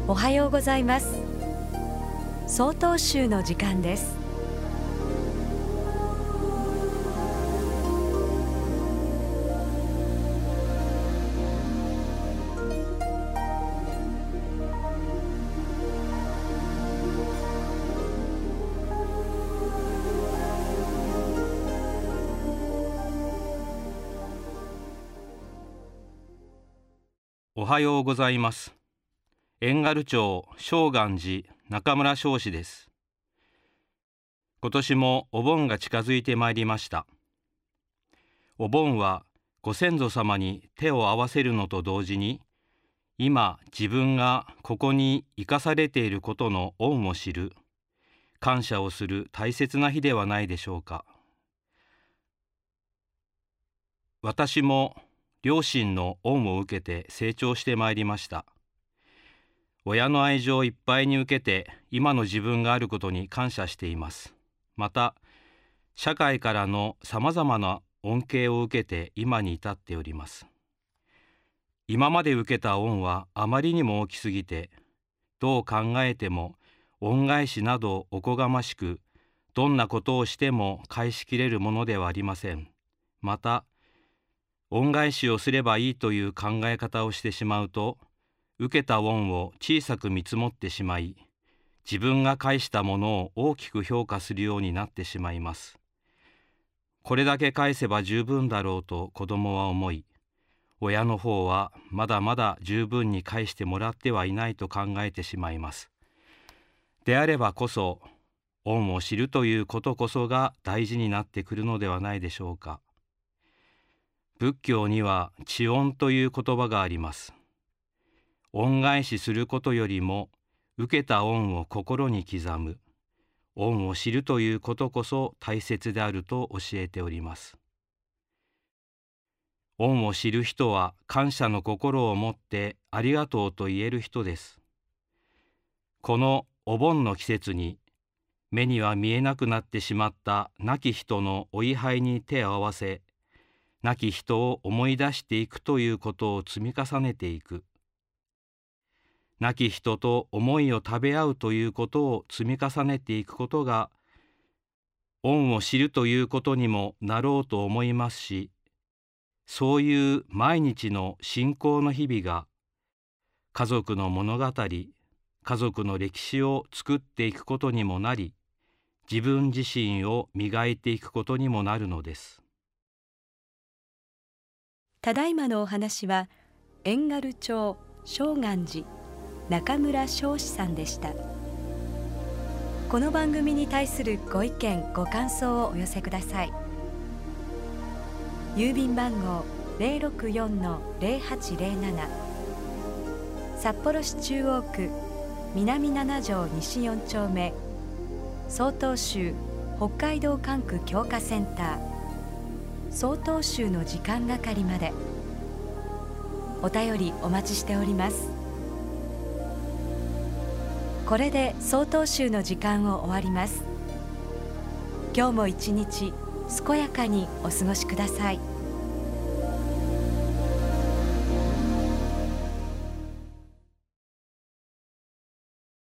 おはようございます。総統集の時間です。 おはようございます。遠軽町正願寺中村彰子です。今年もお盆が近づいてまいりました。お盆はご先祖様に手を合わせるのと同時に、今自分がここに生かされていることの恩を知る、感謝をする大切な日ではないでしょうか。私も両親の恩を受けて成長してまいりました。親の愛情をいっぱいに受けて今の自分があることに感謝しています。また、社会からのさまざまな恩恵を受けて今に至っております。今まで受けた恩はあまりにも大きすぎて、どう考えても恩返しなどおこがましく、どんなことをしても返しきれるものではありません。また、恩返しをすればいいという考え方をしてしまうと、受けた恩を小さく見積もってしまい、自分が返したものを大きく評価するようになってしまいます。これだけ返せば十分だろうと子供は思い、親の方はまだまだ十分に返してもらってはいないと考えてしまいます。であればこそ、恩を知るということこそが大事になってくるのではないでしょうか。仏教には知恩という言葉があります。恩返しすることよりも受けた恩を心に刻む、恩を知るということこそ大切であると教えております。恩を知る人は感謝の心を持ってありがとうと言える人です。このお盆の季節に、目には見えなくなってしまった亡き人のお位牌に手を合わせ、亡き人を思い出していくということを積み重ねていく。亡き人と思いを食べ合うということを積み重ねていくことが、恩を知るということにもなろうと思いますし、そういう毎日の信仰の日々が、家族の物語、家族の歴史を作っていくことにもなり、自分自身を磨いていくことにもなるのです。 ただいまのお話は、遠軽町正願寺中村彰子さんでした。この番組に対するご意見ご感想をお寄せください。郵便番号 064-0807 札幌市中央区南7条西4丁目、曹洞宗北海道管区強化センター曹洞宗の時間係まで。お便りお待ちしております。これで曹洞宗の時間を終わります。今日も一日健やかにお過ごしください。